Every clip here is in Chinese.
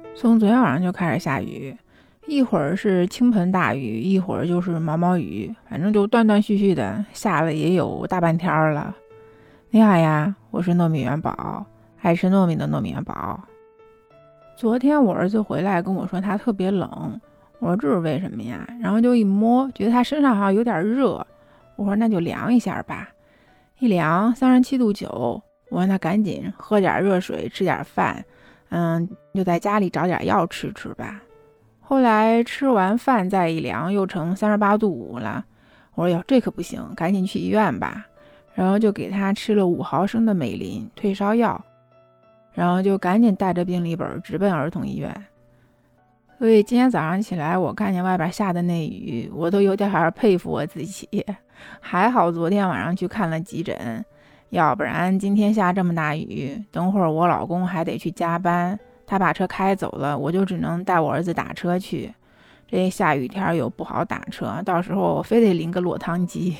从昨天晚上就开始下雨，一会儿是倾盆大雨，一会儿就是毛毛雨，反正就断断续续的下了也有大半天了。你好呀，我是糯米元宝，爱吃糯米的糯米元宝。昨天我儿子回来跟我说他特别冷，我说这是为什么呀？然后就一摸，觉得他身上好像有点热，我说那就量一下吧。一量37.9度，我让他赶紧喝点热水，吃点饭，就在家里找点药吃吃吧。后来吃完饭再一量，又成38.5度了。我说哟，这可不行，赶紧去医院吧。然后就给他吃了5毫升的美林退烧药，然后就赶紧带着病历本直奔儿童医院。所以今天早上起来，我看见外边下的那雨，我都有点佩服我自己。还好昨天晚上去看了急诊，要不然今天下这么大雨，等会儿我老公还得去加班，他把车开走了，我就只能带我儿子打车去。这下雨天又不好打车，到时候我非得淋个落汤鸡。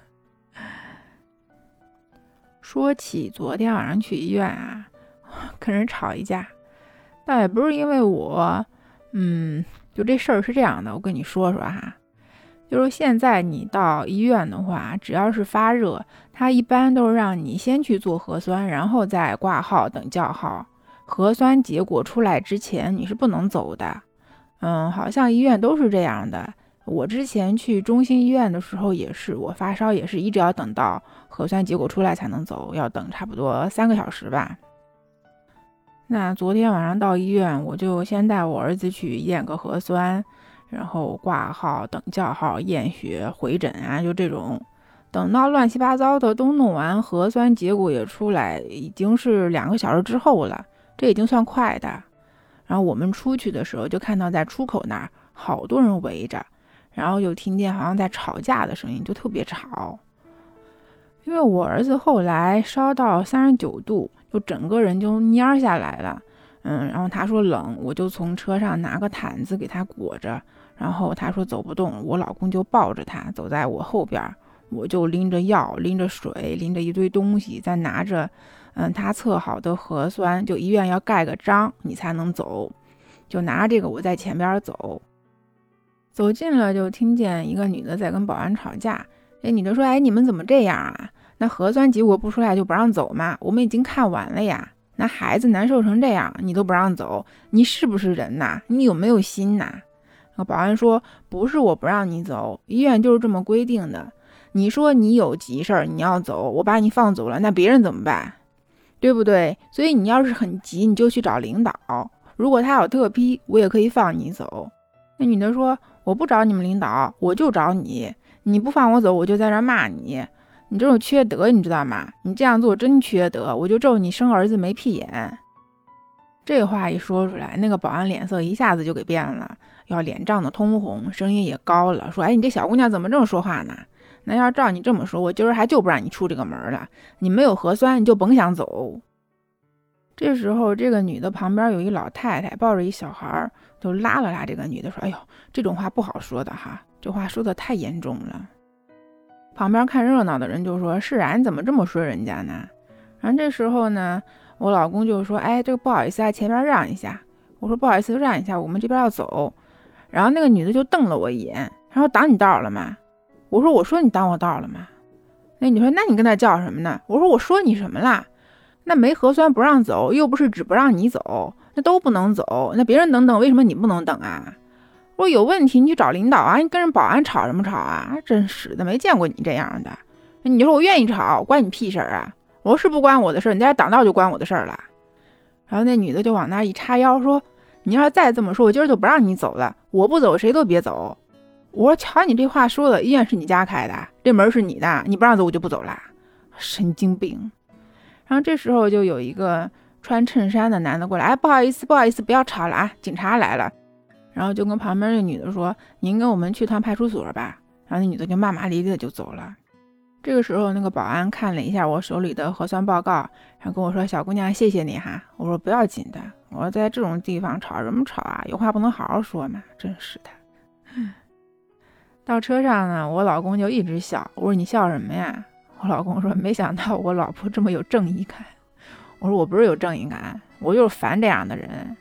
说起昨天晚上去医院啊，跟人吵一架，倒也不是因为我，就这事儿是这样的，我跟你说说哈。就是现在你到医院的话，只要是发热，他一般都是让你先去做核酸，然后再挂号等叫号。核酸结果出来之前你是不能走的。好像医院都是这样的。我之前去中心医院的时候也是，我发烧也是一直要等到核酸结果出来才能走，要等差不多3个小时吧。那昨天晚上到医院，我就先带我儿子去验个核酸，然后挂号等叫号验血回诊啊，就这种。等到乱七八糟的都弄完，核酸结果也出来，已经是2个小时之后了，这已经算快的。然后我们出去的时候就看到在出口那儿好多人围着，然后就听见好像在吵架的声音，就特别吵。因为我儿子后来烧到39度，就整个人就蔫下来了。然后他说冷，我就从车上拿个毯子给他裹着，然后他说走不动，我老公就抱着他走在我后边，我就拎着药，拎着水，拎着一堆东西，再拿着他测好的核酸，就医院要盖个章你才能走，就拿这个我在前边走。走近了就听见一个女的在跟保安吵架，这女的说，哎，你们怎么这样啊？那核酸结果不出来就不让走吗？我们已经看完了呀，那孩子难受成这样你都不让走，你是不是人呐？你有没有心呐？保安说，不是我不让你走，医院就是这么规定的，你说你有急事儿你要走，我把你放走了，那别人怎么办？对不对？所以你要是很急你就去找领导，如果他有特批我也可以放你走。那女的说，我不找你们领导，我就找你，你不放我走我就在这骂你，你这种缺德你知道吗？你这样做真缺德，我就咒你生儿子没屁眼。这话一说出来，那个保安脸色一下子就给变了，要脸涨得通红，声音也高了，说，哎，你这小姑娘怎么这么说话呢？那要照你这么说，我今儿还就不让你出这个门了，你没有核酸你就甭想走。这时候这个女的旁边有一老太太抱着一小孩，就拉了拉这个女的，说，哎呦，这种话不好说的哈，这话说的太严重了。旁边看热闹的人就说，是啊，你怎么这么说人家呢？然后这时候呢，我老公就说，哎，这个不好意思啊，前边让一下。我说不好意思，让一下，我们这边要走。然后那个女的就瞪了我一眼，然后挡你道了吗？我说你挡我道了吗？那你说那你跟他叫什么呢？我说你什么啦？那没核酸不让走，又不是只不让你走，那都不能走，那别人能等，为什么你不能等啊？我说有问题你去找领导啊，你跟人保安吵什么吵啊？真是的，没见过你这样的。你说我愿意吵，关你屁事啊？我说是不关我的事，你在这挡道就关我的事了。然后那女的就往那一叉腰说，你要是再这么说，我今儿就不让你走了，我不走谁都别走。我说瞧你这话说的，医院是你家开的，这门是你的，你不让走我就不走了，神经病。然后这时候就有一个穿衬衫的男的过来，哎，不好意思不好意思，不要吵了啊，警察来了。然后就跟旁边那女的说，您跟我们去趟派出所吧。然后那女的就骂骂咧咧的就走了。这个时候那个保安看了一下我手里的核酸报告，然后跟我说，小姑娘谢谢你哈。我说不要紧的，我说在这种地方吵什么吵啊，有话不能好好说嘛，真是的。到车上呢，我老公就一直笑。我说你笑什么呀？我老公说，没想到我老婆这么有正义感。我说我不是有正义感，我就是烦这样的人。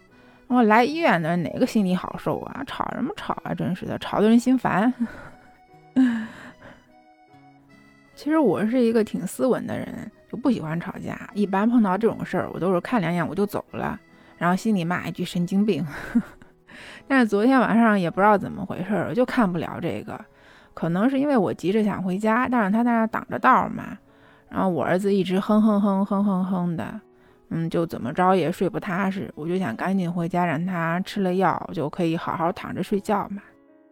我来医院的哪个心里好受啊？吵什么吵啊？真是的，吵得人心烦。其实我是一个挺斯文的人，就不喜欢吵架。一般碰到这种事儿，我都是看两眼我就走了，然后心里骂一句神经病。但是昨天晚上也不知道怎么回事，就看不了这个。可能是因为我急着想回家，但是他在那挡着道嘛。然后我儿子一直哼哼哼哼哼哼的，就怎么着也睡不踏实。我就想赶紧回家，让他吃了药就可以好好躺着睡觉嘛。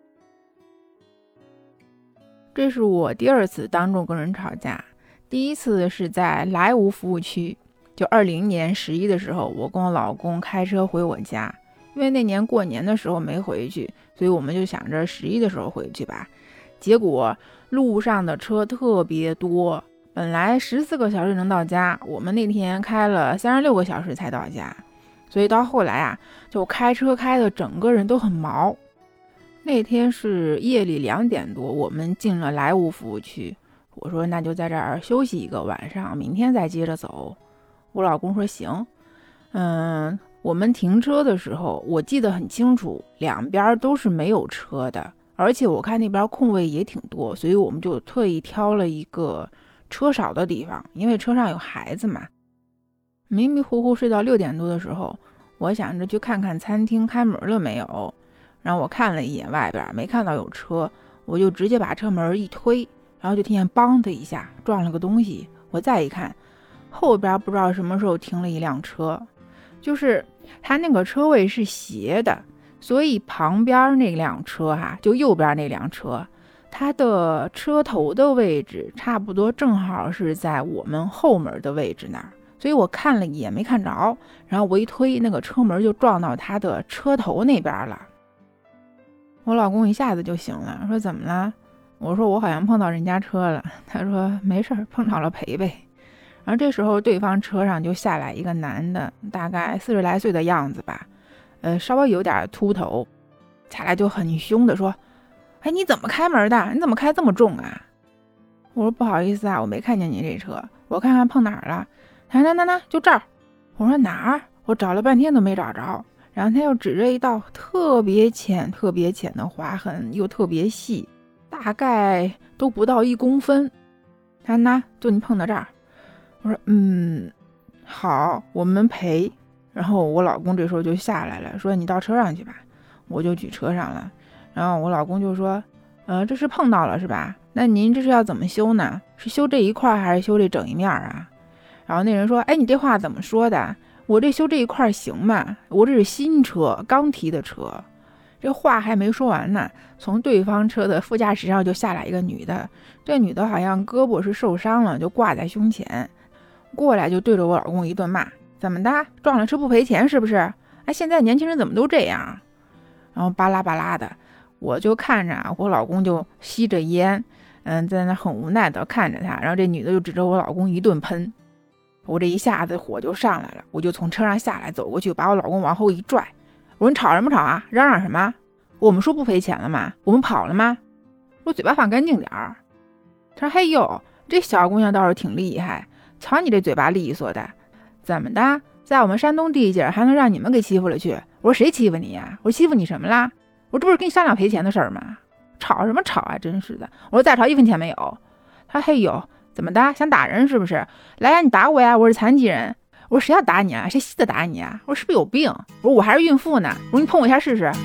这是我第二次当众跟人吵架，第一次是在莱芜服务区，就20年11的时候，我跟我老公开车回我家，因为那年过年的时候没回去，所以我们就想着11的时候回去吧。结果路上的车特别多，本来14个小时能到家，我们那天开了36个小时才到家，所以到后来啊，就开车开的整个人都很毛。那天是夜里2点多，我们进了莱芜服务区。我说那就在这儿休息一个晚上，明天再接着走。我老公说行。我们停车的时候，我记得很清楚，两边都是没有车的，而且我看那边空位也挺多，所以我们就特意挑了一个车少的地方，因为车上有孩子嘛。迷迷糊糊睡到6点多的时候，我想着去看看餐厅开门了没有。然后我看了一眼外边，没看到有车，我就直接把车门一推，然后就听见梆的一下撞了个东西。我再一看，后边不知道什么时候停了一辆车，就是它那个车位是斜的，所以旁边那辆车就右边那辆车，它的车头的位置差不多正好是在我们后门的位置那儿，所以我看了一眼没看着，然后我一推，那个车门就撞到它的车头那边了。我老公一下子就醒了，说怎么了？我说我好像碰到人家车了。他说没事，碰着了赔呗。然后这时候对方车上就下来一个男的，大概40来岁的样子吧，稍微有点秃头，下来就很凶的说：哎，你怎么开门的？你怎么开这么重啊？我说不好意思啊，我没看见你这车，我看看碰哪儿了。他说那就这儿。我说哪儿？我找了半天都没找着。然后他又指着一道特别浅的划痕，又特别细，大概都不到1公分。他说就你碰到这儿。我说好，我们赔。然后我老公这时候就下来了，说你到车上去吧。我就举车上了。然后我老公就说这是碰到了是吧？那您这是要怎么修呢？是修这一块还是修这整一面啊？然后那人说，哎，你这话怎么说的？我这修这一块行吗？我这是新车，刚提的车。这话还没说完呢，从对方车的副驾驶上就下来一个女的，这女的好像胳膊是受伤了，就挂在胸前，过来就对着我老公一顿骂，怎么的？撞了车不赔钱是不是？哎，现在年轻人怎么都这样？然后巴拉巴拉的，我就看着我老公就吸着烟，在那很无奈的看着他，然后这女的就指着我老公一顿喷。我这一下子火就上来了，我就从车上下来，走过去把我老公往后一拽，我说你吵什么吵啊？嚷嚷什么？我们说不赔钱了吗？我们跑了吗？我嘴巴放干净点儿。他说嘿呦，这小姑娘倒是挺厉害，瞧你这嘴巴利索的，怎么的？在我们山东地界还能让你们给欺负了去？我说谁欺负你呀？我说欺负你什么啦？我这不是跟你商量赔钱的事儿吗？吵什么吵啊？真是的！我说再吵1分钱没有。他说嘿呦，怎么的？想打人是不是？来呀，你打我呀！我是残疾人。我说谁要打你啊？谁稀得打你啊？我说是不是有病？我说我还是孕妇呢。我说你碰我一下试试。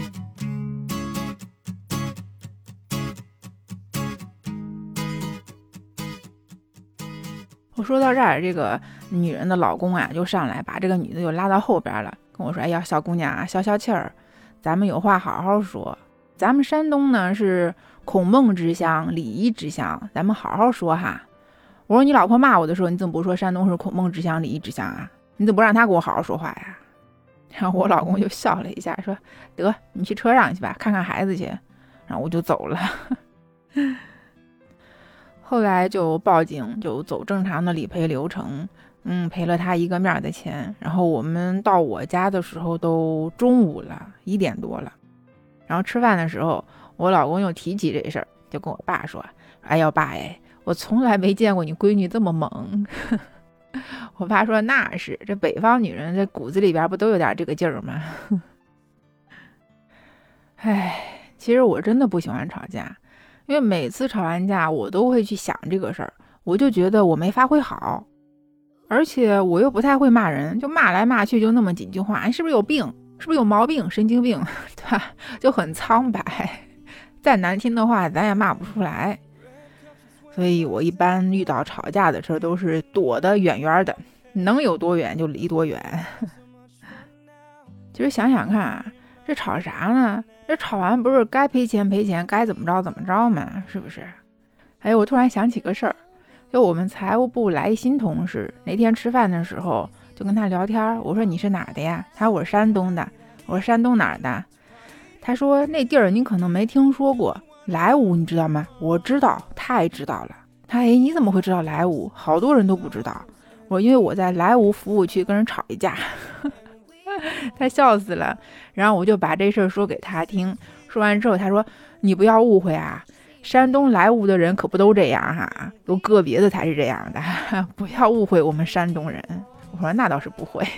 我说到这儿，这个女人的老公就上来把这个女的就拉到后边了，跟我说：“哎呀，小姑娘消消气儿，咱们有话好好说。咱们山东呢是孔孟之乡，礼仪之乡，咱们好好说哈。”我说：“你老婆骂我的时候，你怎么不说山东是孔孟之乡，礼仪之乡啊？你怎么不让她给我好好说话呀？”然后我老公就笑了一下，说：“得，你去车上去吧，看看孩子去。”然后我就走了。后来就报警，就走正常的理赔流程，赔了他一个面的钱。然后我们到我家的时候都中午了，1点多了。然后吃饭的时候，我老公又提起这事儿，就跟我爸说：“哎呀，爸哎，我从来没见过你闺女这么猛。”我爸说：“那是，这北方女人这骨子里边不都有点这个劲儿吗？” 其实我真的不喜欢吵架，因为每次吵完架我都会去想这个事儿，我就觉得我没发挥好，而且我又不太会骂人，就骂来骂去就那么几句话，你是不是有病？是不是有毛病？神经病，对吧？就很苍白，再难听的话咱也骂不出来。所以我一般遇到吵架的事都是躲得远远的，能有多远就离多远。其实想想看啊，这吵啥呢？这吵完不是该赔钱赔钱，该怎么着怎么着嘛，是不是？我突然想起个事儿，就我们财务部来一新同事，那天吃饭的时候就跟他聊天，我说你是哪儿的呀？他说我是山东的。我说山东哪儿的？他说那地儿你可能没听说过，莱芜你知道吗？我知道，太知道了。他你怎么会知道莱芜？好多人都不知道。我因为我在莱芜服务区跟人吵一架。他笑死了，然后我就把这事儿说给他听，说完之后他说你不要误会啊，山东莱芜的人可不都这样哈，有个别的才是这样的，不要误会我们山东人。我说那倒是不会。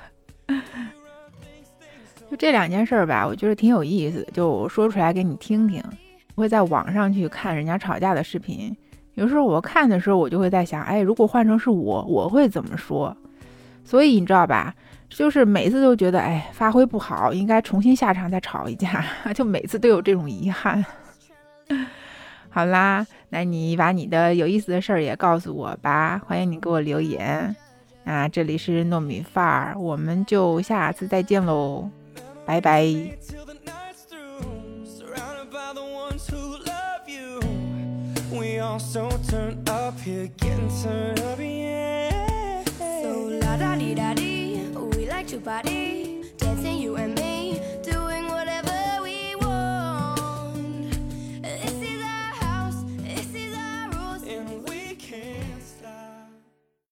就这两件事吧，我觉得挺有意思的，就我说出来给你听听。我会在网上去看人家吵架的视频，有时候我看的时候我就会在想，如果换成是我会怎么说？所以你知道吧，就是每次都觉得发挥不好，应该重新下场再吵一架，就每次都有这种遗憾。好啦，那你把你的有意思的事儿也告诉我吧，欢迎你给我留言。那这里是糯米饭儿，我们就下次再见喽，拜拜。So turn up here, getting turned up, yeah. So la da dee da dee, we like to party, dancing you and me.